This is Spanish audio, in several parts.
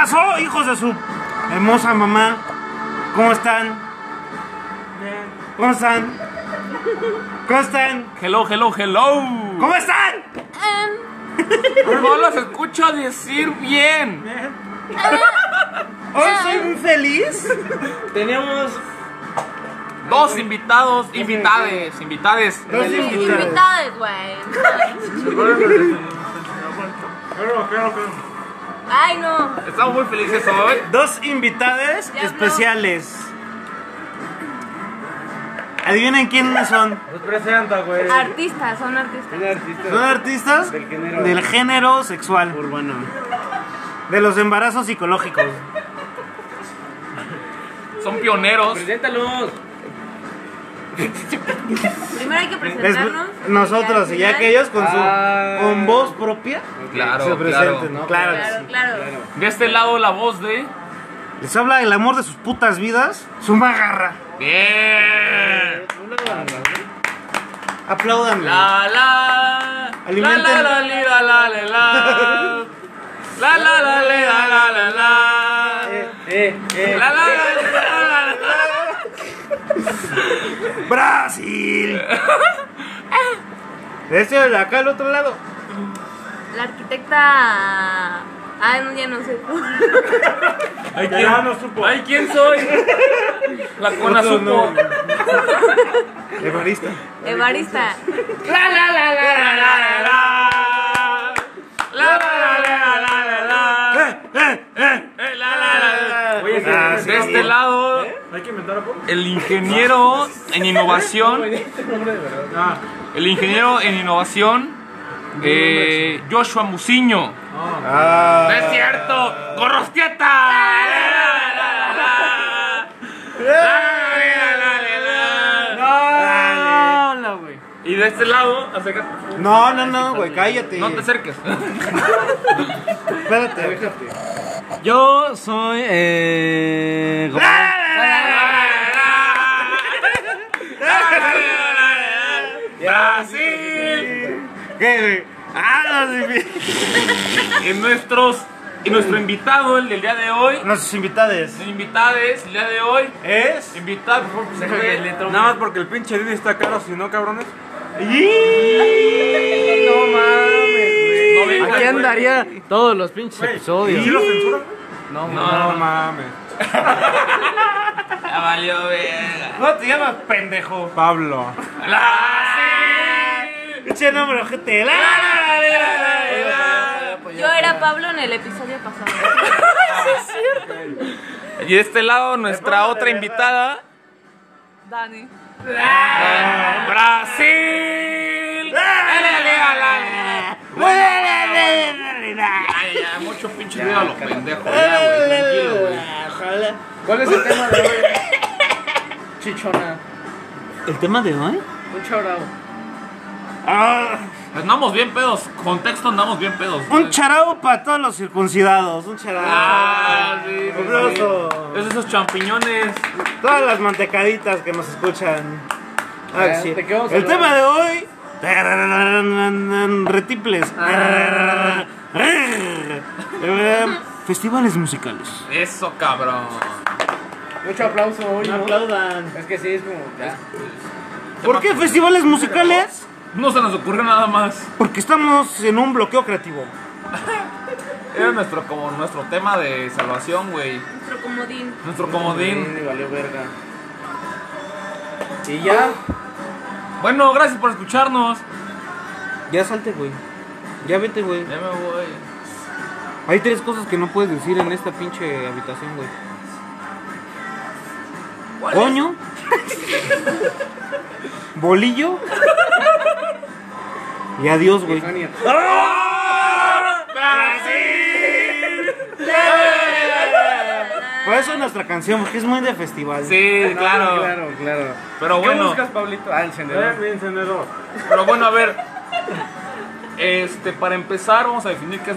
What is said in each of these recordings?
pasó, hijos de su hermosa mamá? ¿Cómo están? Bien. ¿Cómo están? ¿Cómo están? Hello, hello, hello. ¿Cómo están? No los escucho decir bien. Bien. Hoy soy muy feliz. Teníamos Dos invitados, invitades. Dos Invitados, güey. Claro. Ay, no. Estamos muy felices hoy. Dos invitades Ya especiales. Adivinen quiénes son. Nos presenta, güey. Artistas, son artistas. Son artistas del género sexual urbano, de los embarazos psicológicos. Son pioneros. Preséntalos. Primero hay que presentarnos. Nosotros y ya al que ellos con su Ah. con voz propia Claro, se presenten, claro. ¿no? Claro que final. sí. Claro. De este lado la voz de... Les habla el amor de sus putas vidas, su magarra. Bien. Apláudanme. La la. Alimenten. La la li, la la la la. La la la li, la la la la. La la la li, la la la la. Brasil. De acá al otro lado. La arquitecta. Ay, no, ya no sé. Ay, Ya no supo. Ay, ¿quién soy? La cona Otro supo. no. Evarista. Evarista. La la la la la la la. La la la la la la la. La la la. Oye, Ah, sí. De este lado, Hay que inventar algo. el ingeniero en innovación. Ah. El ingeniero en innovación, Joshua Muciño. Ah. ¡No es cierto! ¡Gorrostieta! No, güey. Y de este lado, acércate. No, güey, cállate. No te acerques. Espérate. Yo soy ¡Brasil! ¿Qué, güey? Ah, no, sí. Y nuestro invitado, el del día de hoy, Nuestros invitados el invitado es, el día de hoy, es. invitado, por favor, presente. Nada más porque el pinche Didi está caro, si no, cabrones. No No vengas, Aquí güey. andaría todos los pinches ¿Sí episodios. lo censuran? No, No, mames. Ya valió, verga. ¿Cómo te llamas, pendejo? Pablo. ¡Brasil! Eche nombre, ojete. Yo era Pablo en el episodio pasado. Y de este lado, nuestra otra invitada, Dani. ¡Brasil! Ay, ya, mucho pinche ruido a los pendejos. Ya, güey, tranquilo, güey. ¿Cuál es el tema de hoy? Chichona. ¿El tema de hoy? Un chaurao. Andamos bien pedos, contexto andamos bien pedos. Un charao para todos los circuncidados. Un charao. Ah, sí, sí, Aplauso. sí. Es esos champiñones. Todas las mantecaditas que nos escuchan. Ah, sí. ¿de qué vamos a El hablar? tema de hoy. Retriples. Festivales musicales. Eso, cabrón. Mucho aplauso hoy, ¿no? aplaudan. Es que sí, es como. Ya. ¿Por qué festivales musicales? No se nos ocurrió nada más. Porque estamos en un bloqueo creativo. Era nuestro tema de salvación, güey. Nuestro comodín. Nuestro comodín. Me valió verga. Y ya. Bueno, gracias por escucharnos. Ya salte, güey. Ya vete, güey. Ya me voy. Hay tres cosas que no puedes decir en esta pinche habitación, güey. Coño. Bolillo. Y adiós, güey. Jania. Por eso es nuestra canción, porque es muy de festival. Sí, claro. Claro. Pero ¿Qué bueno, buscas, Pablito? Ah, encendedor. Mi encendedor. pero bueno, a ver. Para empezar, vamos a definir qué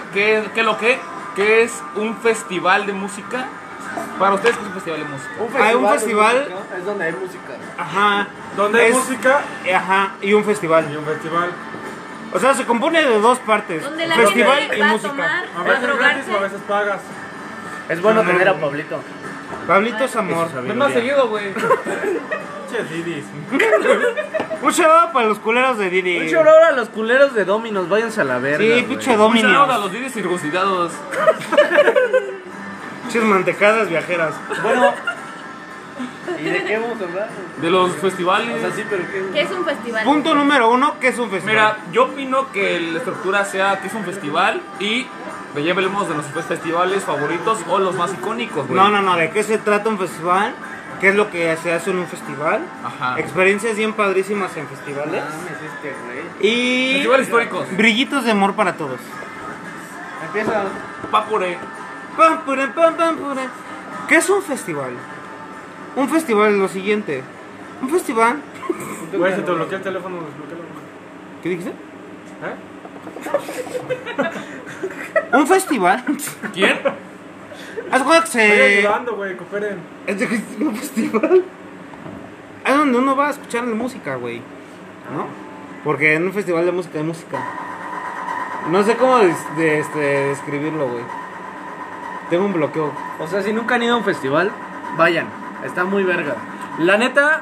es un festival de música. Para ustedes, ¿qué es un festival de música? Hay un festival. de música, es donde hay música. Ajá. Donde hay Es- música Ajá, y un festival. y un festival. O sea, se compone de dos partes. Donde la Festival gente y va a música. tomar, A a veces gratis o a drogarse. veces pagas. Es bueno tener a Pablito. Pablito es amor. No más seguido, güey. Pinches Didis. Un shout para los culeros de Didi. Un shout out a los culeros de Dominos, váyanse a la verga. Sí, güey. pinche Un saludo a Dominios. los Didis circuncidados. Pinches mantecadas viajeras. Bueno, ¿y de qué vamos a hablar? De los festivales. O sea, sí, pero ¿qué? ¿Qué es un festival? Punto número 1, ¿qué es un festival? Mira, yo opino que la estructura sea que es un festival y ya hablemos de nuestros festivales favoritos o los más icónicos, güey. No, ¿de qué se trata un festival? ¿Qué es lo que se hace en un festival? Ajá. Experiencias bien padrísimas en festivales. Mames, güey. Y Festivales históricos. brillitos de amor para todos. Empieza. Papure. Pam, pure, pam, pam, pure. ¿Qué es un festival? Un festival es lo siguiente. Un festival... Güey, se te bloquea el teléfono, desbloquealo. ¿Qué dijiste? ¿Eh? Un festival. ¿Quién? Haz cuenta que Estoy se... ayudando, güey, cooperen. Un festival. Es donde uno va a escuchar la música, güey. ¿No? Porque en un festival de música hay música. No sé cómo describirlo, güey. Tengo un bloqueo. O sea, si nunca han ido a un festival, vayan. Está muy verga. La neta,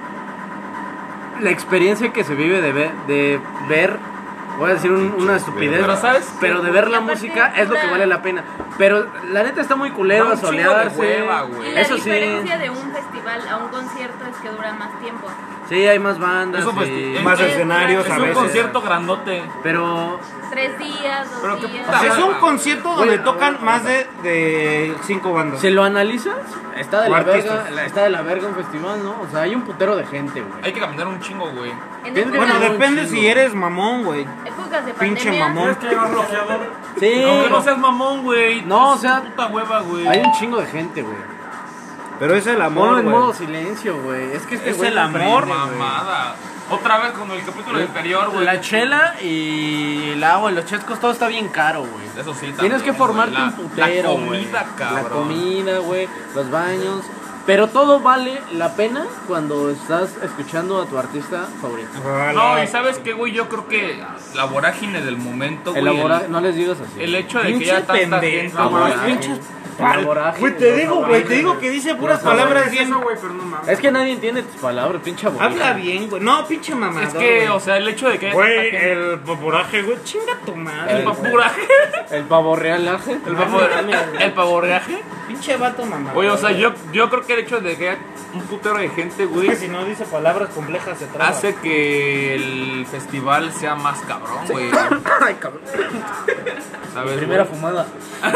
la experiencia que se vive de ver, voy a decir una estupidez, Pero, ¿sabes? pero de ver la Aparte, música es lo que la- vale la pena. Pero la neta está muy culero Da a un chingo de solearse. hueva, güey. Y la Eso sí, diferencia de un festival a un concierto es que dura más tiempo. sí, hay más bandas. Es un y- festival. Más escenarios Es a un veces. concierto grandote. Pero 3 días, 2 Pero qué días. puta Es un hueva, concierto donde tocan más de 5 bandas. si lo analizas, está de O la artistas. verga, está de la verga un festival, ¿no? O sea, hay un putero de gente, güey. Hay que caminar un chingo, güey. En Tienes que Bueno, ganar un depende chingo. si eres mamón, güey. épocas de Pinche pandemia. mamón. ¿Tienes que llevar bloqueador? Sí, Aunque no seas mamón, güey. No, Es o sea, una puta hueva, güey. hay un chingo de gente, güey. Pero es el Ponlo amor, en güey. modo silencio, güey. Es que este Es güey el no amor, aprende, güey. Mamada. Otra vez con el capítulo anterior, güey. La chela y el agua y los chescos, todo está bien caro, güey. Eso sí, Tienes también, que formarte güey. un putero, La güey. comida, cabrón. La comida, güey, los baños. Pero todo vale la pena cuando estás escuchando a tu artista favorito. No, y ¿sabes qué, güey? Yo creo que la vorágine del momento, güey. No les digas así. El hecho de que Pinche ya tanta pendejo, gente, La güey. güey. vorágine. Pinches La vorágine. Güey, te digo que dice puras palabras bien. Eso, güey, pero no mames. Es que nadie entiende tus palabras, pinche vorágine. Habla bien, güey. No, pinche mamador. Es que, güey. o sea, el hecho de que haya Güey, tanta gente- el poporaje, güey. Chinga tu madre. el papuraje, El pavo real, ¿eh? el pavorreaje. Pinche vato mamador. Oye, o sea, yo creo que el hecho de que haya un putero de gente, Es güey, que si no dice palabras complejas se traba. hace que el festival sea más cabrón, güey. Ay, cabrón. ¿Sabes? Primera güey? fumada.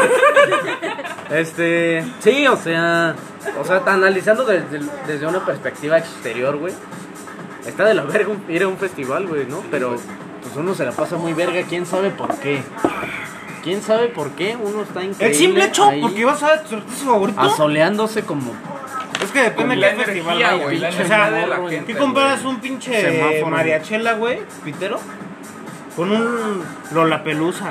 Sí, o sea, analizando desde una perspectiva exterior, güey. Está de la verga ir a un festival, güey, ¿no? Pero pues uno se la pasa muy verga, quién sabe por qué. ¿Quién sabe por qué uno está increíble? El simple hecho, ahí, porque vas a ver tu artista favorito. asoleándose como Es que depende de La qué energía, festival vaya. güey, la O sea, energía de la ¿qué gente, ¿qué comparas güey? un pinche Semáforo. mariachela, güey, pitero? Con un Lollapalooza.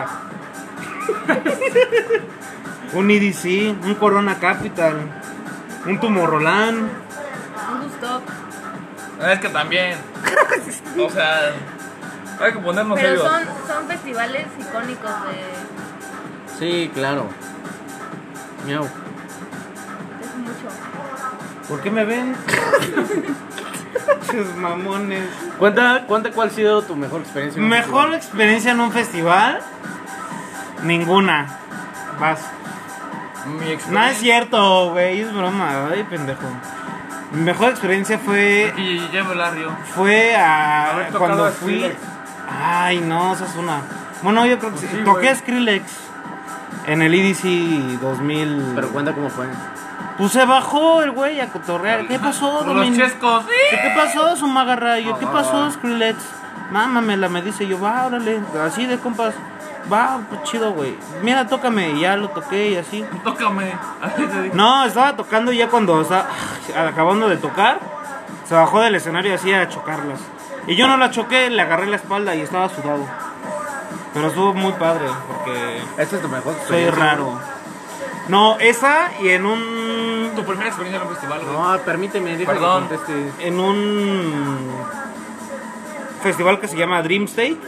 Un EDC, un Corona Capital, un Tomorrowland. Un gusto. Es que también. O sea, hay que ponernos Pero serios. son festivales icónicos de Sí, claro. Miau. mucho. ¿Por qué me ven? Pinches mamones. Cuenta cuál ha sido tu mejor experiencia. en un Mejor festival. experiencia en un festival. Ninguna. Vas. Mi experiencia. No es cierto, güey, es broma. Ay, pendejo. Mi mejor experiencia fue Y llevo el arrio. a Haber tocado cuando a fui. Skrillex. Ay, no, esa es una. Bueno, yo creo que sí. sí, Toqué güey. a Skrillex en el EDC 2000. Pero cuenta cómo fue. Pues se bajó el güey a cotorrear. ¿Qué pasó, Con los Domin? chescos. ¿Qué pasó, su magarra? Yo, ¿qué pasó, Skrillex? Mámamela, me dice yo, va, órale, así de compas. Va, pues chido, güey. Mira, tócame. Y ya lo toqué y así. Tócame. Así te digo. No, estaba tocando y ya cuando estaba acabando de tocar, se bajó del escenario así a chocarlas. Y yo no la choqué, le agarré la espalda y estaba sudado. Pero estuvo muy padre, porque Esta es tu mejor soy experiencia. raro. No, esa y en un... Tu primera experiencia en un festival, güey. No, permíteme, déjame Perdón. que conteste. En un festival que se llama Dream State.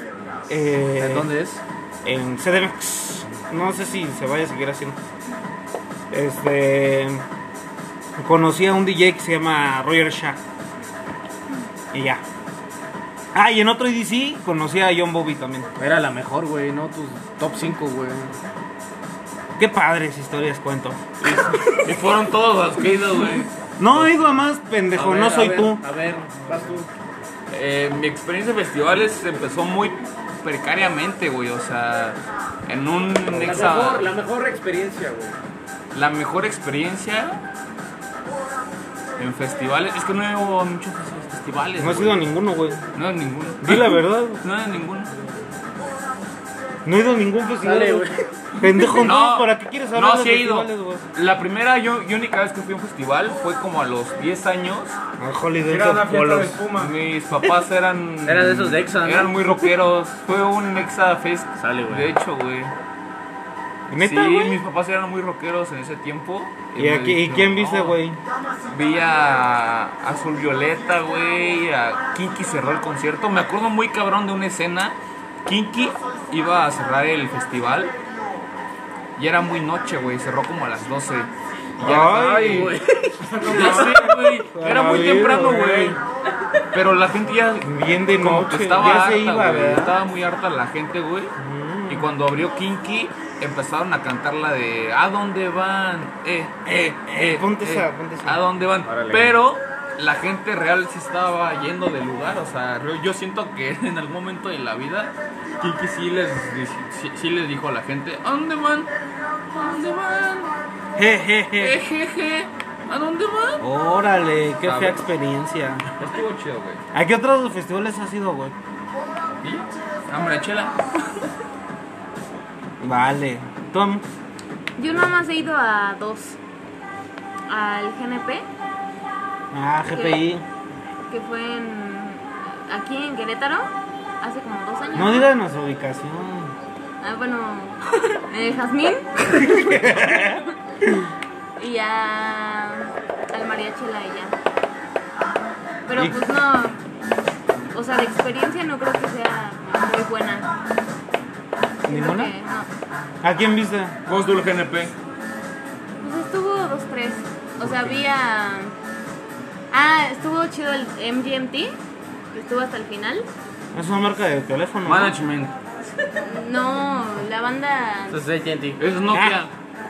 ¿En dónde es? En CDMX. No sé si se vaya a seguir haciendo. conocí a un DJ que se llama Roger Shah. Y ya. Ah, y en otro EDC conocí a John Bobby también. Era la mejor, güey, ¿no? Tus top 5, güey. Qué padres historias cuento. Y fueron todos los que he ido, güey. No he ido a más, pendejo, no soy tú. A ver, vas tú. Mi experiencia de festivales empezó muy precariamente, güey. O sea, en un La mejor experiencia, güey. La mejor experiencia en festivales. Es que no he ido a muchos festivales. No has güey. ido a ninguno, güey. No he ido a ninguno. Di la verdad. No he ido a ninguno. No he ido a ningún festival. Dale, güey. güey. Pendejo, No, ¿para qué quieres hablar no, de sí he ido. festivales, güey? La primera y única vez que fui a un festival fue como a los 10 años. A Holiday Era una of fiesta de Polos. espuma. Mis papás eran. Eran de esos de Exa, ¿no? Eran muy rockeros. Fue un Exa Fest. Sale, güey. De hecho, güey. ¿Neta, Sí, güey? mis papás eran muy rockeros en ese tiempo. ¿Y me quién dijeron, viste, no. güey? Vi a Azul Violeta, güey. A Kinky cerró el concierto. Me acuerdo muy cabrón de una escena. Kinky iba a cerrar el festival. Y era muy noche, güey. Cerró como a las 12. Y ya Ay, güey. Ya sé, güey. Era muy Ay, temprano, güey. güey. Pero la gente ya. Bien de como que noche. estaba Ya harta, se iba, güey. ¿verdad? Estaba muy harta la gente, güey. Y cuando abrió Kinky, empezaron a cantar la de ¿a dónde van? Ponte esa, ponte esa. ¿A dónde van? Órale. Pero la gente real se estaba yendo del lugar. O sea, yo siento que en algún momento de la vida Kinky sí les dijo a la gente ¿a dónde van? ¿A dónde van? Jejeje. Jejeje. ¿A dónde van? Órale, qué A fea ver. experiencia. Estuvo chido, güey. ¿A qué otros festivales has ido, güey? ¿Y? Hambre chela. Vale. Tom. Yo nada más he ido a 2. Al GNP, Ah, GPI. que fue aquí en Querétaro, hace como 2 años. No digas nuestra ubicación. Ah, bueno, Jazmín. Y ya al mariachela y ya. Pero ¿Y? pues no, o sea, de experiencia no creo que sea muy buena. Siento ¿Ninguna? que no. ¿A quién viste? Ghost del GNP. Pues estuvo 2, 3. O sea, había... Ah, estuvo chido el MGMT, que estuvo hasta el final. Es una marca de teléfono. ¿no? Management. No, la banda... Eso es AT&T. Es Nokia.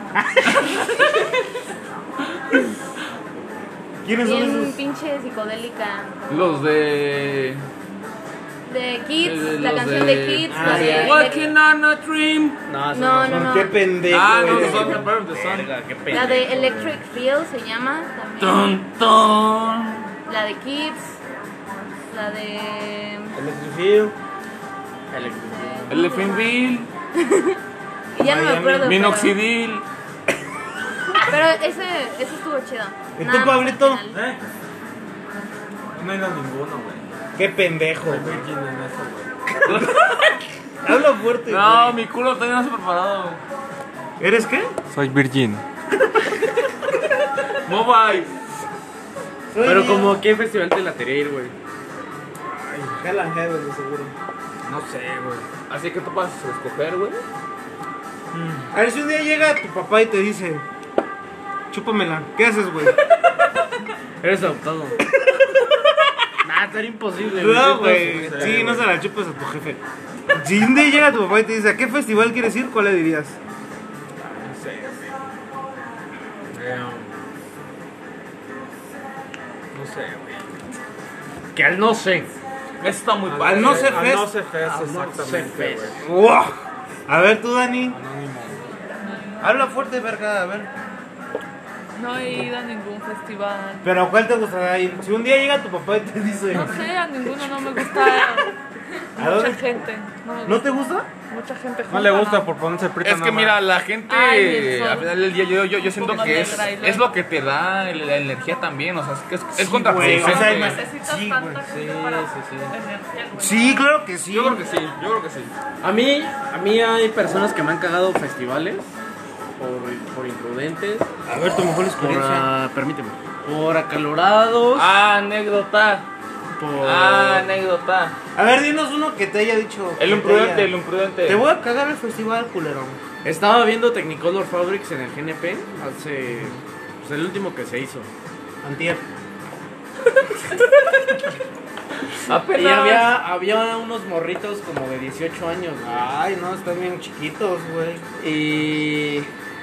¿Quiénes son Bien esos? pinche psicodélica. Los de. De Kids, Los la canción de Kids, Ah, la de... ya. Walking on a Dream. No, No, no, no. Qué pendejo. Ah, no, eres. son The Power of the Sun. Verga, qué La pendejo. de Electric Feel se llama también. Ton, ton. La de Kids. La de... Electrifil. Elefantville. Y ya no me Miami. acuerdo. Minoxidil. Pero ese estuvo chido. ¿Y tú, Nada más Pablito? al final. No he ido a ninguno, güey. Qué pendejo. Soy virgin en eso, güey. Habla fuerte. No, güey. mi culo todavía no se ha preparado. ¿Eres qué? Soy virgin. Mobile. Pero como, ¿qué festival te latería ir, güey? Hell and Heaven, de seguro. No sé, güey. Así que tú puedes escoger, güey. A ver si un día llega tu papá y te dice, chúpamela. ¿Qué haces, güey? Eres adoptado. Nah, estaría imposible. No, güey. güey. Sí, no se la chupes a tu jefe. Si un día llega tu papá y te dice, ¿a qué festival quieres ir? ¿Cuál le dirías? No sé, güey. No sé, güey. Que al no sé. Eso está muy Al padre. no sé Al fest. no sé fest, Al no sé exactamente, fest. güey. ¡Wow! A ver, tú, Dani. Anónimo. Habla fuerte, verga, a ver. No he ido a ningún festival. Pero ¿a cuál te gustaría ir? Si un día llega tu papá y te dice, No sé, a ninguno no me gusta. ¿A Mucha dónde? gente. No, me ¿no gusta. te gusta? Mucha gente No le junta, gusta no. por ponerse prisa Es que nada mira, más. la gente Ay, el sol. al final del día yo siento Pongo que negra y es luego- lo que te da la energía también, o sea, es que es Sí, contraproducente. güey, o sea, No imag- necesitas sí, tanta güey. gente para energía, güey. Sí, claro que sí. Yo creo que sí, yo creo que sí. A mí hay personas que me han cagado festivales por imprudentes, A ver, tu mejor por, experiencia. permíteme, por acalorados. Anécdota. Anécdota. A ver, dinos uno que te haya dicho. El que imprudente, te el imprudente. Te voy a cagar el festival, culero. Estaba viendo Technicolor Fabrics en el GNP hace... Pues el último que se hizo. Antier. Apenas. Y había unos morritos como de 18 años, güey. Ay, no, están bien chiquitos, güey. Y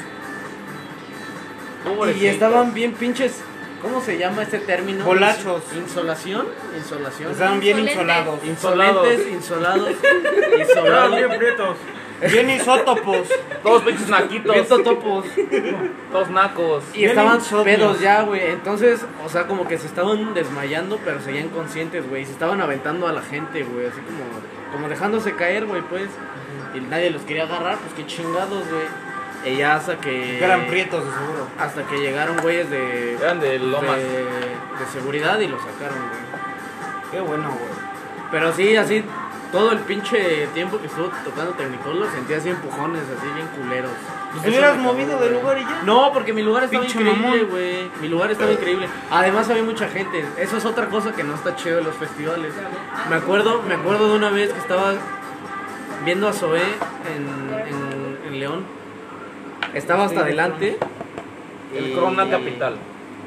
Pobrecitos. estaban bien pinches. ¿Cómo se llama este término? Bolachos. Insolación. Estaban bien Insolentes. insolados. Insolados. Estaban bien Isolados. prietos. Bien isótopos. Todos pinches naquitos. Bien totopos. Todos nacos. Y Bien estaban insomnios. pedos ya, güey. Entonces, o sea, como que se estaban desmayando, pero seguían conscientes, güey. Y se estaban aventando a la gente, güey. Así como dejándose caer, güey, pues. Y nadie los quería agarrar, pues qué chingados, güey. Y ya hasta que... Eran prietos, de seguro. Hasta que llegaron güeyes de... Eran de Lomas. de seguridad y los sacaron, güey. Qué bueno, güey. Pero sí, así, todo el pinche tiempo que estuvo tocando Technicolor sentía así empujones, así bien culeros. Pues Eso te hubieras me cagó, movido de güey. lugar y ya. No, porque mi lugar estaba Pinche increíble, mamón. güey. Mi lugar estaba increíble. Además había mucha gente. Eso es otra cosa que no está chido de los festivales. Me acuerdo de una vez que estaba viendo a Zoé en León. Estaba hasta adelante. El y- Corona Capital.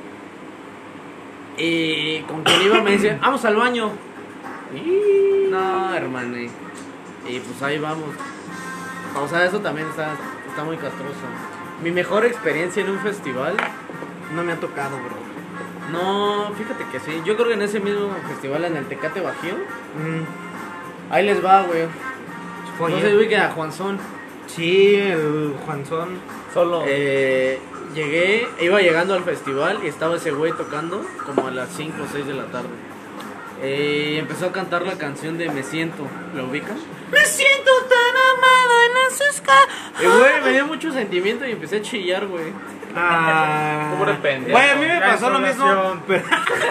Y con quien iba me dice, vamos al baño. Y no, hermano. Y pues ahí vamos. O sea, eso también está muy castroso. Mi mejor experiencia en un festival. No me ha tocado, bro. No, fíjate que sí. Yo creo que en ese mismo festival, en el Tecate Bajío. Mm. Ahí les va, güey. Fue No ayer. se ubiquen a Juanzón. Sí, el Juanzón. Solo. Iba llegando al festival y estaba ese güey tocando como a las 5 o 6 de la tarde. Y empezó a cantar la canción de Me Siento. ¿Lo ubican? Me siento tan amada en sus Y güey, me dio mucho sentimiento y empecé a chillar, güey. Pobre pendejo. Güey, a mí me La pasó lo mismo. insolación. Pero...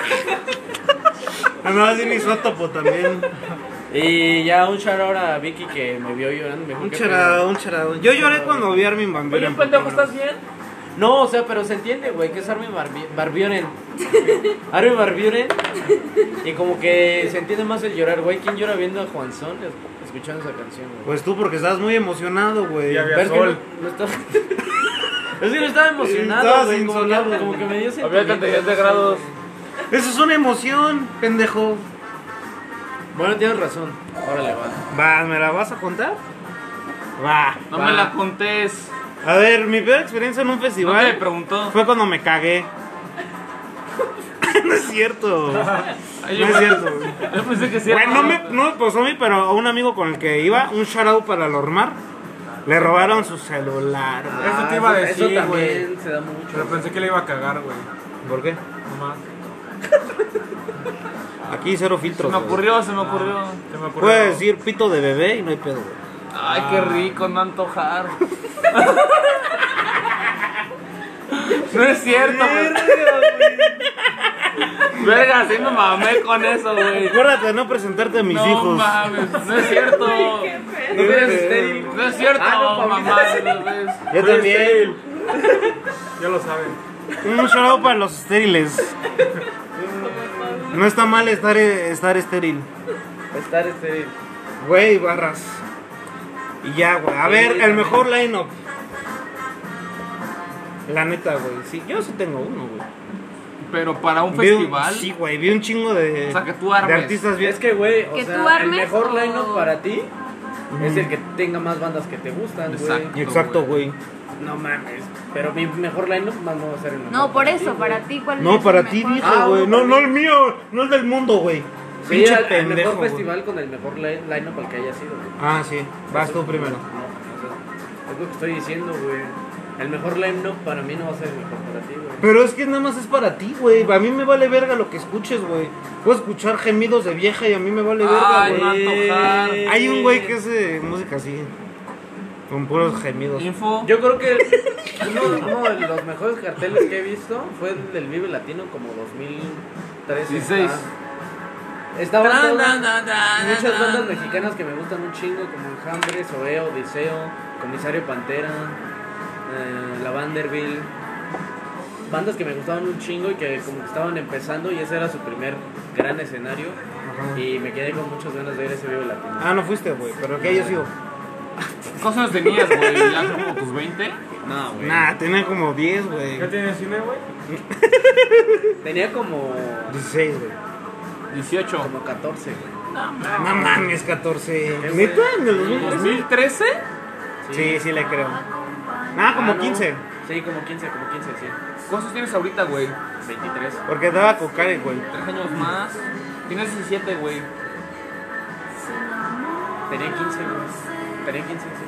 Andaba así un isótopo también. Y ya un shout out a Vicky que me vio llorando. Me dijo, Un "¿Qué charado, un charado. Yo lloré cuando vi a Armin Van Oye, Buren. pendejo, ¿estás bien? pedo?". No, o sea, pero se entiende, güey, que es Armin Van Buren. Armin Van Buren. Y como que se entiende más el llorar, güey. ¿Quién llora viendo a Juanzón escuchando esa canción, güey? Pues tú, porque estabas muy emocionado, güey. Y había Pero es que sol. no estaba... Es que no estaba emocionado, Estabas güey. insolado. Como que me dio Había sentimiento. 37 grados. Eso es una emoción, pendejo. Bueno, tienes razón. Órale, va. Va, ¿me la vas a contar? Va. No Va. me la contés. A ver, mi peor experiencia en un No te festival preguntó. fue cuando me cagué. No es cierto. Ay, No es cierto. Yo pensé que sí era. Bueno, no me pasó a mí, pero a un amigo con el que iba, un shoutout para Lormar, le robaron su celular. güey. Eso te iba a Eso decir, también güey. se da mucho. Pero pensé que le iba a cagar, güey. ¿Por qué? Nomás. Aquí cero Se filtros. me güey. ocurrió, se me ocurrió. Se me ocurrió. Puedes decir pito de bebé y no hay pedo, güey. Ay, qué rico, no antojar. No es cierto, güey. Verga, sí me mamé con eso, güey. Acuérdate de no presentarte a mis No hijos. mames, no es cierto. ¿No eres estéril? No es cierto, Ah, no, mamá de los bebés. Yo también. Ya lo saben. Un shoutout para los estériles. No está mal estar estéril. Estar estéril. Güey, barras. Y ya, güey. A ver, el mejor line-up. La neta, güey. Sí, yo sí tengo uno, güey. Pero para un Vi un- festival. Sí, güey. Vi un chingo de, O sea, que tú armes. de artistas bien. Es que, güey, o ¿Que sea, tú el armes mejor o- line-up para ti es el que tenga más bandas que te gustan, güey. Exacto. Exacto, güey. No mames. Pero mi mejor line-up más no va a ser el mejor. No, por para eso, ti, güey. para ti, ¿cuál No, es para el ti mejor? dije, Ah, güey. bueno, No, para no mí. el mío. No el del mundo, güey. Sí, Pinche el pendejo, mejor güey. festival con el mejor line-up al que haya sido, güey. Ah, sí. Vas tú primero. No, o sea, es lo que estoy diciendo, güey. El mejor line-up para mí no va a ser el mejor para ti, güey. Pero es que nada más es para ti, güey. A mí me vale verga lo que escuches, güey. Puedo escuchar gemidos de vieja y a mí me vale verga, Ay, güey. no antojar. Hay un güey que hace música así. Con puros gemidos. Info. Yo creo que uno de los mejores carteles que he visto fue el del Vive Latino como 2013. 16. Estaban Tran, todas- tran, tran, tran, muchas tran. bandas mexicanas que me gustan un chingo, como Enjambre, Zoé, Odiseo, Comisario Pantera, La Vanderbilt. Bandas que me gustaban un chingo y que como que estaban empezando y ese era su primer gran escenario. Y me quedé con muchas ganas de ir a ese Vive Latino. Ah, no fuiste, güey, pero que hayas ido. ¿Cuántos años tenías, güey? ¿Ya como tus 20? No, güey. Nah, tenía como 10, güey. ¿Ya tienes cine, güey? Tenía como 16, güey. 18. como 14, güey. No mames, 14. ¿Qué, ¿Neta? ¿En el 2013? ¿2013? Sí, sí le creo. Ah, como no. 15. Sí, como 15, sí. ¿Cuántos tienes ahorita, güey? 23. Porque daba con Karen, güey. 3 años más. Tienes 17, güey. Tenía 15, güey. Tenía 15, sí.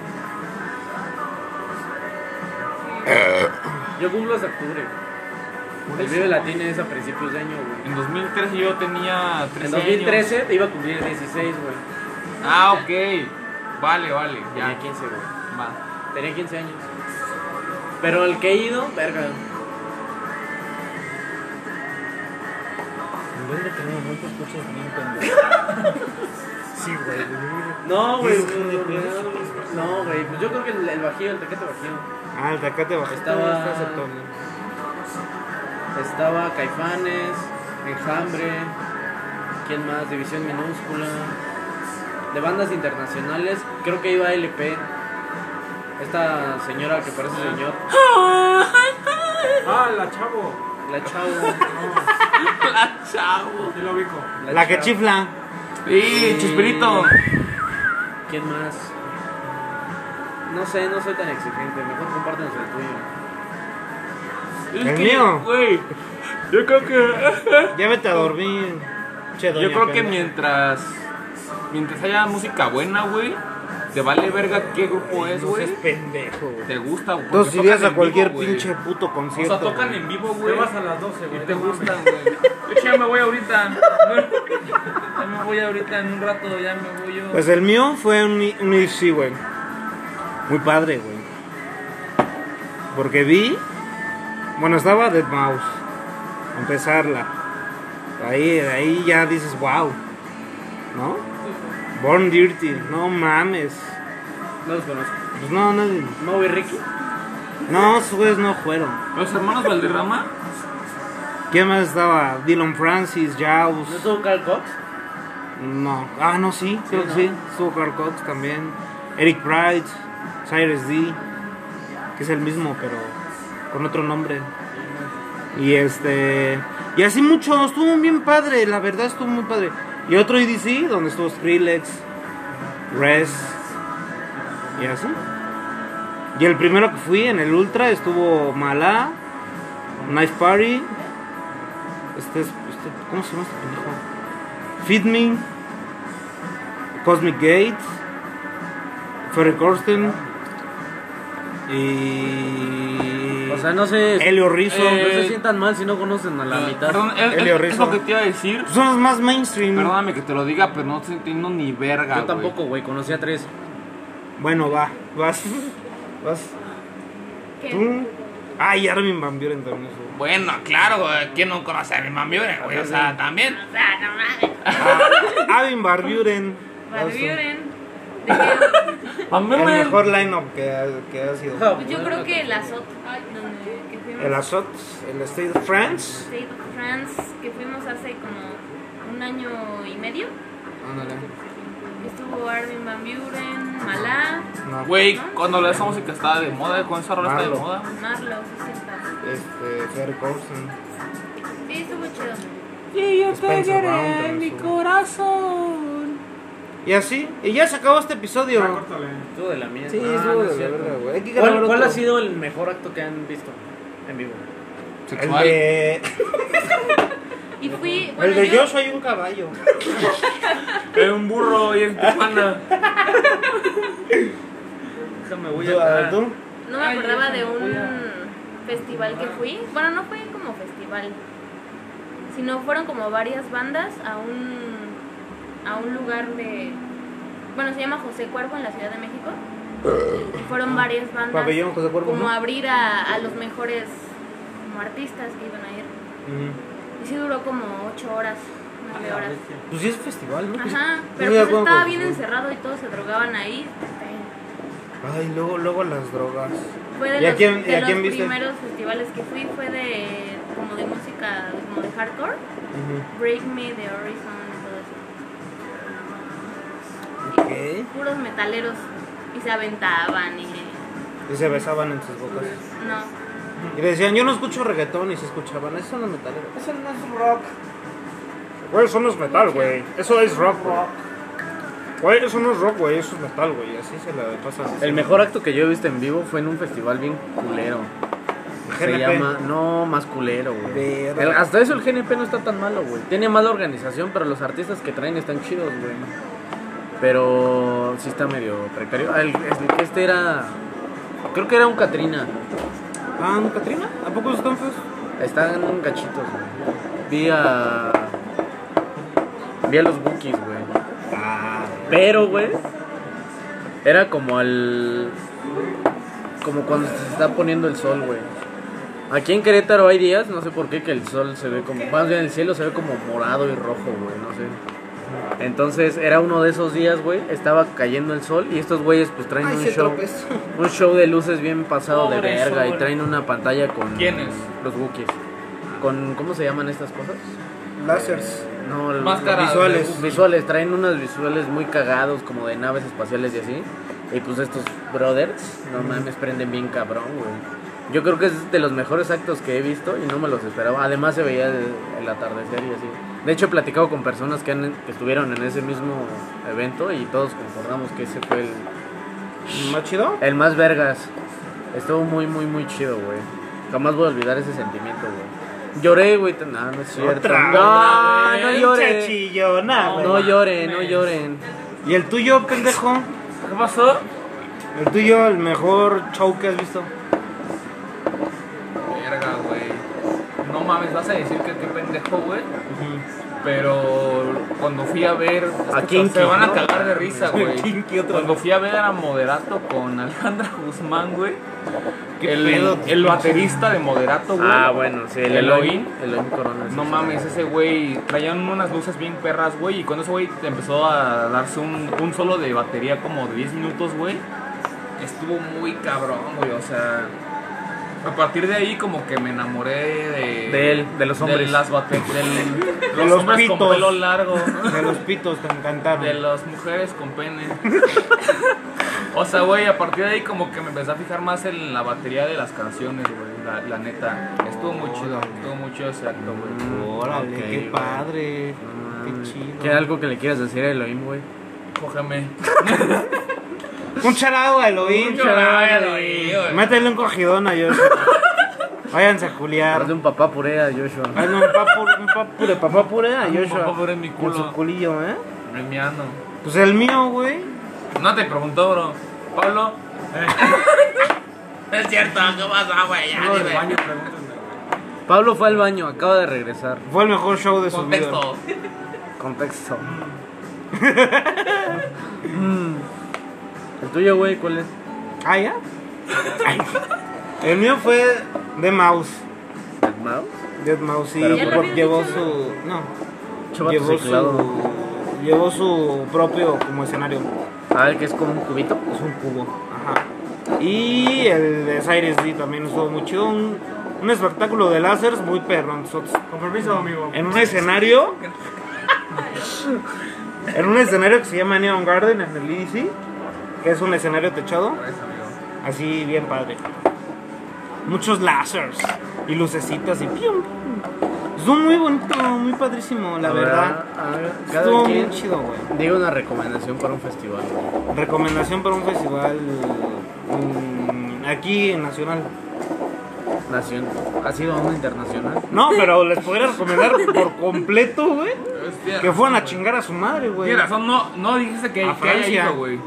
Yo cumplo hasta octubre. El Vive Latino es a principios de año, güey. En 2013 yo tenía 13 En 2013 te iba a cumplir 16, güey. años. Ah, ok. Vale, Tenía ya. 15, güey. Va. Tenía 15 años. Pero el que he ido, verga. ¿Dónde tenemos muchas cosas bien pendejas? Sí, güey. No, güey. Sí, No, güey. Pues yo creo que el bajío, el taquete bajío. Ah, el de acá te bajaste. Estaba- Está aceptable. Estaba Caifanes, Enjambre. ¿Quién más? División Minúscula. De bandas internacionales, creo que iba LP. Esta señora que parece señor. Ah, la chavo. La Chavo. La chavo. Sí lo ubico. La que Chavo. chifla. Sí, Chispirito. ¿Quién más? No sé, no soy tan exigente. Mejor compártenos el tuyo. Es El que, mío. güey. Yo creo que. Ya vete a dormir. Che, doña Yo creo que pendeja. mientras haya música buena, güey, te vale verga qué grupo es, No seas güey. pendejo, güey. Te gusta, güey. Entonces porque irías tocan a en cualquier vivo, güey. pinche puto O concierto. sea, tocan güey. en vivo, Te güey. vas a las 12, Y güey. te no mames. gustan, güey. De hecho, ya me voy ahorita. Ya me voy ahorita en un rato, ya me voy yo. Pues el mío fue un IFC, güey. Muy padre, güey. Porque vi. Bueno, estaba Deadmau5. A empezarla. Ahí ya dices, wow. ¿No? Born Dirty. No mames. No los conozco. Pues no, no. Mau y Ricky. No, esos güeyes no fueron. Los hermanos Valderrama. ¿Quién más estaba? Dylan Francis, Jaws. ¿No estuvo Carl Cox? No. Ah, no, sí. Creo que ¿no? sí. Estuvo Carl Cox también. Eric Pride. Cyrus D. Que es el mismo, pero con otro nombre. Y y así mucho, estuvo bien padre, la verdad estuvo muy padre. Y otro EDC, donde estuvo Skrillex, Rez, y así. Y el primero que fui, en el Ultra, estuvo Malá, Knife Party, ¿cómo se llama este pendejo? Feed Me, Cosmic Gate, Ferry Corsten, y O sea, no sé. Helio Rizzo. No se sientan mal si no conocen a la mitad. Perdón, Elio es Rizzo. lo que te iba a decir. Son los más mainstream. Perdóname que te lo diga, pero no estoy entendiendo ni verga, Yo güey. tampoco, güey. Conocí a 3. Bueno, vas. ¿Qué? Tú. Ay, Armin Van Buren también eso. Bueno, claro, güey. ¿Quién no conoce a mi Van Buren, güey? O sea, también. O sea, no mames. Armin Van Buren. Van Buren. ¿De qué? El mejor line-up que ha sido. Pues yo creo que el Azot, donde que fuimos, El Azot, el State of France. State of France, que fuimos hace como 1 año y medio. Ándale. Estuvo Armin Van Buren, Malá, No. Güey, cuando esa música estaba de moda, cuando esa rola está de Marlo. moda. Marlo, sí, sienta. Ferry Corsten. Sí, estuvo chido. Spencer Brown también estuvo. Y así, y ya se acabó este episodio. Ya, córtale. Estuvo de la mierda. Sí, Ah, estuvo no de es la cierto. verga, güey. Hay que grabar ¿Cuál otro. ha sido el mejor acto que han visto en vivo? El Sexual. de, Y fui, el bueno, de Yo soy un caballo. Un burro y en Tijuana. Déjame, voy ¿Tú? a. ¿Tú? no me acordaba de un festival que fui. Bueno, no fue como festival, sino fueron como varias bandas a un lugar de... Bueno, se llama José Cuervo en la Ciudad de México. Y fueron varias bandas Pabellón José Cuervo, como ¿no? a abrir a los mejores como artistas que iban a ir. Ujú. Y sí duró como 8 horas, 9 horas. Pues sí es festival, ¿no? Ajá, Sí, pero de pues acuerdo estaba con bien eso. encerrado y todos se drogaban ahí. Ay, luego las drogas. Fue de ¿Y a los, quién- de y a los quién viste? primeros festivales que fui, fue de como de música, como de hardcore, Ujú. Break Me, The Horizon y todo eso. ¿Qué? puros metaleros y se aventaban y Y se besaban en sus bocas. no. Y le decían, yo no escucho reggaetón, y se escuchaban, eso no es metaleros. Eso no es rock. Güey, eso no es metal, güey. Eso es rock. Güey, eso no es rock, güey, eso es metal, güey. Así se la pasan. El mejor acto que yo he visto en vivo fue en un festival bien culero. Se GNP. llama... No, más culero, güey. Verga. Hasta eso el GNP no está tan malo, güey. Tiene mala organización, pero los artistas que traen están chidos, güey. Pero sí está medio precario. Este era... Creo que era un Katrina. Ah, ¿no, Catrina? ¿A poco están feos? Están gachitos, güey. Vi a los Bookies, güey. Ah, Pero, güey, era como como cuando se está poniendo el sol, güey. Aquí en Querétaro hay días, no sé por qué, que el sol se ve como... Más bien el cielo se ve como morado y rojo, güey, no sé. Entonces era uno de esos días, güey, estaba cayendo el sol y estos güeyes pues traen ay, un se show. tropezó. Un show de luces bien pasado de Pobre verga y sol. traen una pantalla con... ¿Quiénes? Los Wookiees. Con... ¿Cómo se llaman estas cosas? Lásers. No, Máscaras visuales. Visuales, traen unos visuales muy cagados como de naves espaciales y así. Y pues estos brothers, no mames, prenden bien cabrón, güey. Yo creo que es de los mejores actos que he visto y no me los esperaba. Además se veía el atardecer y así. De hecho he platicado con personas que estuvieron en ese mismo evento y todos concordamos que ese fue ¿Más chido? el más vergas. Estuvo muy, muy, muy chido, güey. Jamás voy a olvidar ese sentimiento, güey. Lloré, güey. No, no es cierto. Otra No, vez, no lloren. chachillona, güey. No lloren, no lloren. ¿Y el tuyo, pendejo? ¿Qué pasó? El tuyo, el mejor show que has visto. Verga, güey. No mames, vas a decir que qué pendejo, güey. Pero cuando fui a ver, ¿A quién, se van a no? cagar de risa, güey. Kinky otra Cuando fui a ver a Moderato con Alejandra Guzmán, güey. ¿Qué pedo? El baterista de Moderato, güey. Ah, bueno, sí, el Elohim. Elohim Corona. sí, No sí. mames, ese güey traían unas luces bien perras, güey. Y cuando ese güey empezó a darse un solo de batería como de 10 minutos, güey, estuvo muy cabrón, güey. O sea, a partir de ahí como que me enamoré De él, de los hombres. De las los los hombres pitos. con pelo largo. De los pitos te encantaron. De las mujeres con pene. O sea, güey, a partir de ahí como que me empecé a fijar más en la batería de las canciones, güey. La neta. Estuvo muy chido ese acto, güey. Órale, Ok, qué güey. padre. No Qué mames. chido. ¿Qué algo que le quieras decir a Elohim, güey? Cógeme. Un charado a Elohim. Un charado a Elohim, güey. Métele un cogidón a Joshua. Váyanse a juliar. Hazle un papá puré a Joshua. Hazle un papá puré a Joshua. papá puré en mi Con culo. su culillo, ¿eh? El miano. Pues el mío, güey. No te preguntó, bro. Pablo. Es cierto, ¿qué pasa, güey? Ya, No, del dime. baño, pregúntenme. Pablo fue al baño, acaba de regresar. Fue el mejor show de su vida. Contexto. Contexto. ¿El tuyo, güey, cuál es? Ah, ¿ya? El mío fue The Mouse. ¿El mouse? Dead Mouse, sí. Pero ¿Ya lo porque habías llevó dicho? su... No. Chavato Llevó ciclado. llevó su propio como escenario. Ah, el que es como un cubito. Es un cubo. Ajá. Y el de Cyrus D también estuvo muy chido. Un espectáculo de láseres muy perrón. Con permiso, amigo. En un escenario. En un escenario que se llama Neon Garden en el EDC. Que es un escenario techado. Así bien padre. Muchos láseres. Y lucecitas y pium. Estuvo muy bonito, muy padrísimo, la verdad. Cada Estuvo muy quien chido, güey. diga una recomendación para un festival, güey. Recomendación para un festival aquí en Nacional. ¿Ha sido uno internacional? No, pero les podría recomendar por completo, güey, Hostia. que fueran a chingar a su madre, güey. Tienes razón, no dijiste que A haya Francia. ido, güey.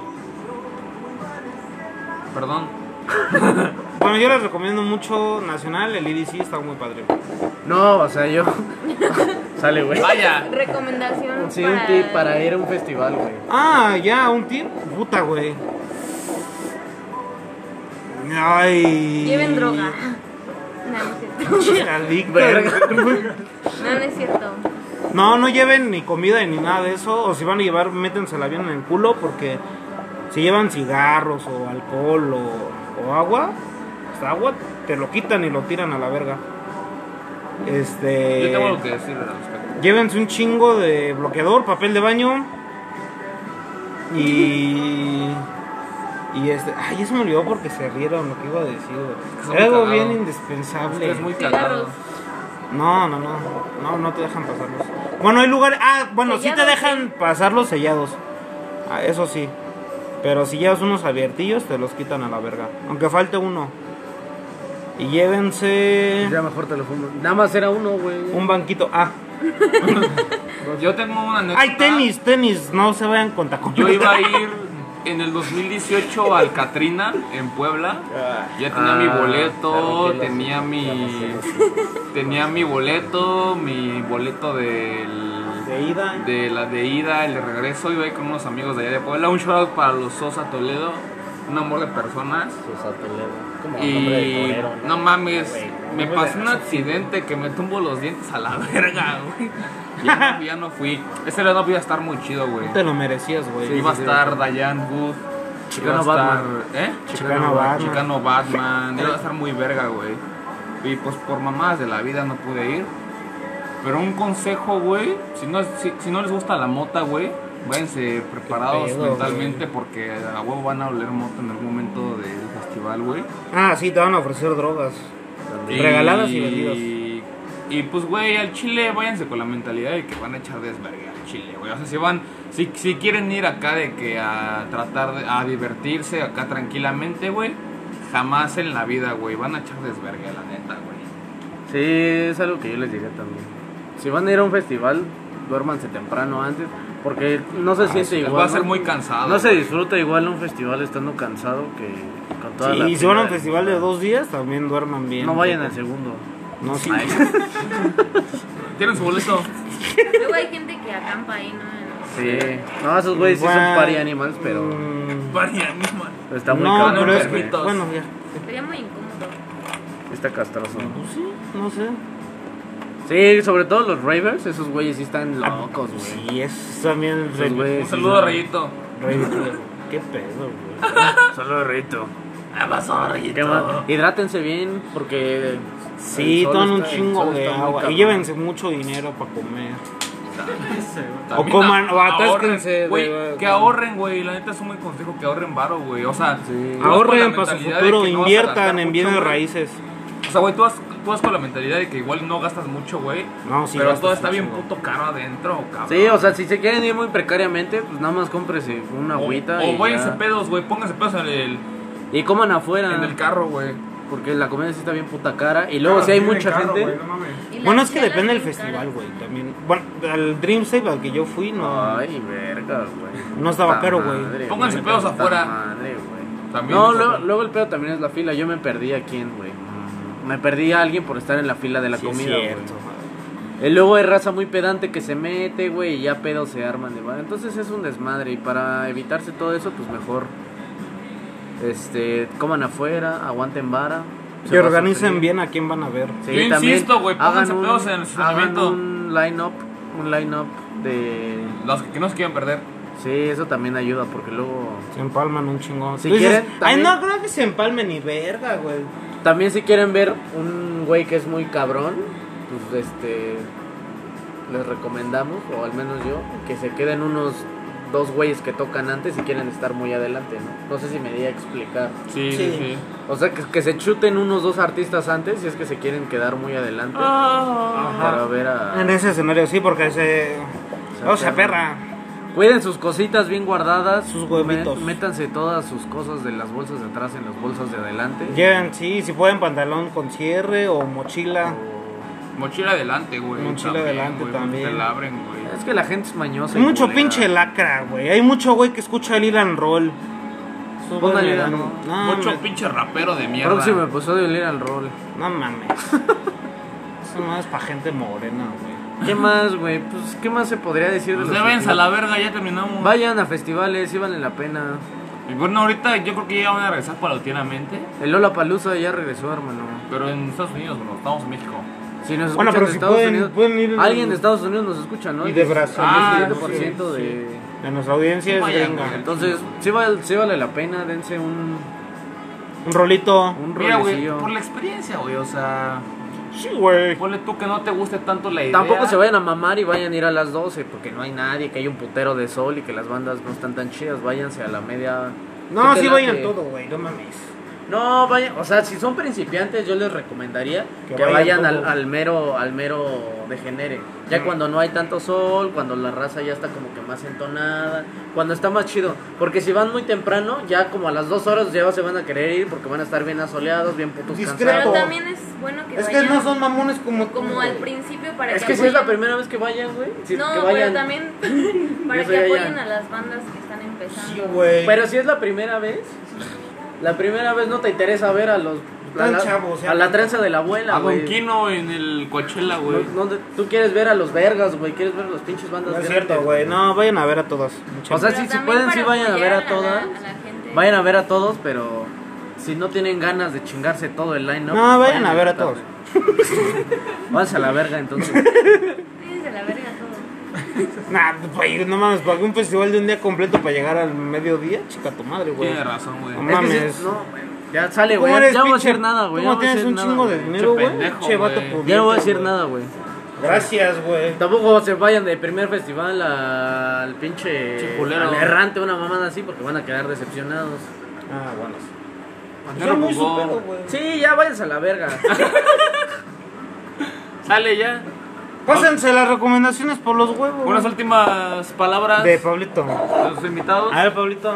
Perdón. Bueno, yo les recomiendo mucho Nacional, el EDC está muy padre. No, o sea, yo... Sale, güey. Vaya. Recomendación Sí, un tip para ir a un festival, güey. Ah, ya, un tip. Puta, güey. Ay. Lleven droga. No, no es cierto. Adicto. No, no es cierto. No lleven ni comida ni nada de eso. O si van a llevar, métensela bien en el culo. Porque si llevan cigarros o alcohol o agua, hasta agua, te lo quitan y lo tiran a la verga. Yo tengo algo que decir al respecto. Llévense un chingo de bloqueador, papel de baño, Ay, eso me olvidó porque se rieron lo que iba a decir, Es güey. Era algo muy bien cagado. indispensable. Es muy Cigarros. cagado. No te dejan pasarlos. Bueno, hay lugares. Sí te Sellados, dejan sí. pasarlos sellados. Eso sí. Pero si llevas unos abiertillos, te los quitan a la verga. Aunque falte uno. Y llévense Ya mejor te lo fumo. Nada más era uno, güey. un banquito. Yo tengo una anécdota. Hay tenis. No se vayan con tacones. Yo iba a ir en el 2018 al Catrina, en Puebla. Ya tenía mi boleto, tenía mi boleto De ida. de ida, el de regreso. Iba a ir con unos amigos de allá de Puebla. Un shout out para los Sosa Toledo, un amor de personas. Sosa Toledo. Como nombre de Y torero, no mames, Güey, me nombre pasó de- un accidente que me tumbo los dientes a la verga, güey. Ya no fui. Ese no iba a estar muy chido, güey. Te lo merecías, güey. Iba a estar Diane Wood. Chicano Iba a estar, Batman. Chicano Batman. Chicano Batman. Iba a estar muy verga, güey. Y pues por mamadas de la vida no pude ir. Pero un consejo, güey. Si no les gusta la mota, güey, váyanse preparados pedo, mentalmente porque a huevo van a oler mota en algún momento del festival, güey. Sí, te van a ofrecer drogas. Regaladas y vendidas. Y pues, güey, al Chile váyanse con la mentalidad de que van a echar desvergue al Chile, güey. O sea, si quieren ir acá de que a tratar a divertirse acá tranquilamente, güey, jamás en la vida, güey, van a echar desvergue, la neta, güey. Sí, es algo que yo les diría también. Si van a ir a un festival, duérmanse temprano antes, porque no se siente igual. Va a ser ¿no? muy cansado. No se güey. disfruta igual un festival estando cansado que con toda la Y si van a un pila. festival de 2 días, también duerman bien. No vayan al segundo. No, sí. ¿Tienen su boleto? Luego hay gente que acampa ahí, ¿no? Sí. No, esos güeyes sí son Bueno, party animals, pero Varían, misma. está muy No, cabrón. pero es que. perritos. Bueno, ya. Sería muy incómodo. Está castroso. Pues sí, no sé. Sí, sobre todo los ravers, esos güeyes sí están locos, güey. Sí, es también. Esos güeyes Un sí saludo a son- Rayito. Qué pedo, güey. Solo de rito. ¿Qué pasó, Rayito? ¿Qué más? Hidrátense bien porque Sí, el sol toman un está- el chingo sol de está muy agua. cabrón. Y llévense mucho dinero para comer. También coman, o ahorren, atásquense güey, de- que ahorren, güey. La neta es un buen consejo que ahorren varo, güey. O sea, Sí. tú vas con la Ahorren para su mentalidad de futuro, que no vas a inviertan gastar en mucho, bienes güey. raíces. O sea, güey, tú vas con la mentalidad de que igual no gastas mucho, güey. No, sí, pero gastas todo está mucho, bien güey. puto caro adentro, cabrón. Sí, o sea, si se quieren ir muy precariamente, pues nada más cómprese una agüita O y váyanse ya. pedos, güey. Pónganse pedos Y coman afuera, en el carro, güey. porque la comida sí está bien puta cara. Y luego si hay mucha gente... Y las Bueno, es que chelas depende del bien festival, caras. güey. También. Bueno, al Dream Save al que yo fui, no. Ay, verga, güey. No estaba Puta caro, güey. madre, Pónganse güey, pedos puta afuera. madre, güey. También. No, luego el pedo también es la fila. Yo me perdí a quién, güey. Me perdí a alguien por estar en la fila de la Sí, es comida, güey. cierto. Y luego hay raza muy pedante que se mete, güey, y ya pedos se arman de bar. Entonces es un desmadre. Y para evitarse todo eso, pues mejor coman afuera, aguanten vara. se Que va a organicen sufrir. bien a quién van a ver. Sí, Yo también insisto, güey, pónganse hagan pedos en el estacionamiento. hagan un line-up de... Los que no se quieran perder. Sí, eso también ayuda porque luego... Se empalman un chingón. Si Tú dices, quieren, ay, también- no creo que se empalmen ni verga, güey. También si quieren ver un güey que es muy cabrón, pues les recomendamos, o al menos yo, que se queden unos 2 güeyes que tocan antes y quieren estar muy adelante, ¿no? No sé si me di a explicar. Sí, Sí. sí, sí. O sea, que se chuten unos 2 artistas antes si es que se quieren quedar muy adelante para ver a... En ese escenario sí, porque se. O sea, perra. Cuiden sus cositas bien guardadas, Sus huevitos. Métanse todas sus cosas de las bolsas de atrás en las bolsas de adelante. Lleven, sí, si pueden pantalón con cierre o mochila. Mochila adelante, güey. Mochila adelante güey, también. Te la abren, güey. Es que la gente es mañosa. Hay y mucho culera. pinche lacra, güey. Hay mucho güey que escucha el Iran Roll. Pongan Iran no, Roll. no, Mucho me- pinche rapero de mierda. Próximo episodio de ir al rol. no mames. Eso no es para gente morena, güey. ¿Qué más, güey? Pues, ¿qué más se podría decir de Pues los ya vénse a la festivales? verga, ya terminamos. Vayan a festivales, sí valen la pena. Y bueno, ahorita yo creo que ya van a regresar paulatinamente. El Lollapalooza ya regresó, hermano. Pero en Estados Unidos, bueno, estamos en México. Si nos Bueno, escuchan pero de si Estados pueden- Unidos, pueden ir- alguien de Estados Unidos nos escucha, ¿no? Y de Brasil. Ah, El 7% de... De nuestra audiencia es Vayan, gringa. güey. Entonces, sí vale la pena, dense un Un rolito. rollecillo. Mira, güey, por la experiencia, güey, o sea... Sí, güey. Ponle tú que no te guste tanto la idea. Tampoco se vayan a mamar y vayan a ir a las 12 porque no hay nadie, que hay un putero de sol y que las bandas no están tan chidas. Váyanse a la media. No, ¿Qué te sí late? vayan todo, güey, no mames. No, vayan, o sea, si son principiantes yo les recomendaría Que que vayan vayan todo. al mero degenere. Ya cuando no hay tanto sol, cuando la raza ya está como que más entonada, cuando está más chido. Porque si van muy temprano, ya como a las 2 horas ya se van a querer ir porque van a estar bien asoleados, bien putos Discreto. Pero cansados. también es bueno que Es que vayan no son mamones como tú, como güey. al principio para Es que que si es la apoyen. primera vez que vayan, güey. Si- No, que pero vayan. también para Yo que soy apoyen allá. a las bandas que están empezando. Sí, güey. Pero si es la primera vez no te interesa ver a los Tan chavos, a la trenza de la abuela, A güey. Don Kino en el Coachella, güey. Tú quieres ver a los vergas, güey, quieres ver a los pinches bandas No es grandes. cierto, güey. No, vayan a ver a todas. O sea, Pero si también pueden, para sí vayan a ver a apoyar todas. a la gente. Vayan a ver a todos, pero si no tienen ganas de chingarse todo el line-up. No, vayan a ver a todos. Váyanse a la verga, entonces. Tienes de la verga todo. Nah, güey, no mames, pagué un festival de un día completo para llegar al mediodía. Chica tu madre, güey. Tiene razón, güey. No Es que mames. sí, no, güey. Ya sale, güey. ¿Cómo Ya eres, no voy a pinche? decir nada, güey. ya ¿Cómo no voy a tienes decir un nada, chingo de güey. dinero, güey? pendejo, Che, vato güey. pudiente, Ya no voy a decir güey. nada, güey. Gracias, güey. Tampoco se vayan de primer festival al pinche Chipulero. al errante, una mamada así, porque van a quedar decepcionados. Ah, bueno. Ya Ya no muy jugó. supero, güey. Sí, ya váyanse a la verga. Sale ya. Pásense las recomendaciones por los huevos. Unas últimas palabras De Pablito. de los invitados. A ver, Pablito.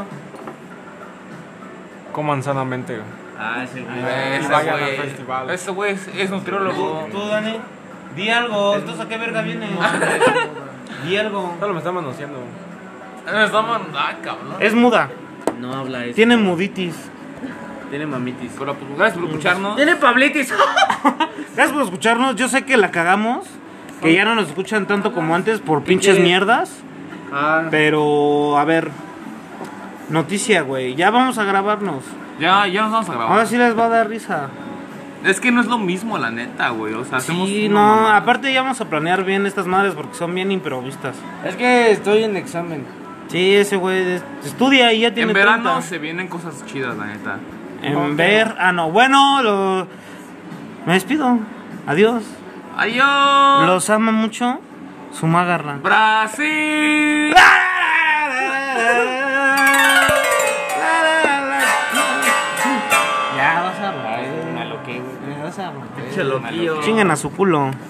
Coman sanamente, güey. Ah, ese güey. Ese vayan al güey- festival. Ese güey es nutriólogo. Tú, Dani. Di algo. ¿Entonces a qué verga viene? Di algo. Solo me está manoseando. Estamos. Ah, cabrón. Es muda. No habla eso. Tiene muditis. Tiene mamitis. Pero pues, gracias por escucharnos. Tiene pablitis. Gracias por escucharnos. Yo sé que la cagamos. Que ya no nos escuchan tanto como antes por pinches quieres? mierdas. Ah, Pero, a ver. Noticia, güey. Ya vamos a grabarnos. Ya nos vamos a grabar. Ahora sí les va a dar risa. Es que no es lo mismo, la neta, güey. O sea, hacemos. Sí, una no. mamada. Aparte ya vamos a planear bien estas madres porque son bien improvistas. es que estoy en examen. Sí, ese güey estudia y ya tiene En verano 30. se vienen cosas chidas, la neta. No. Bueno, me despido. Adiós. ¡Adiós! Los amo mucho. Su magarra. ¡Brasil! Ya vas a romper. Me lo que, güey. Vas a romper. Pinche loquillo. Chingan a su culo.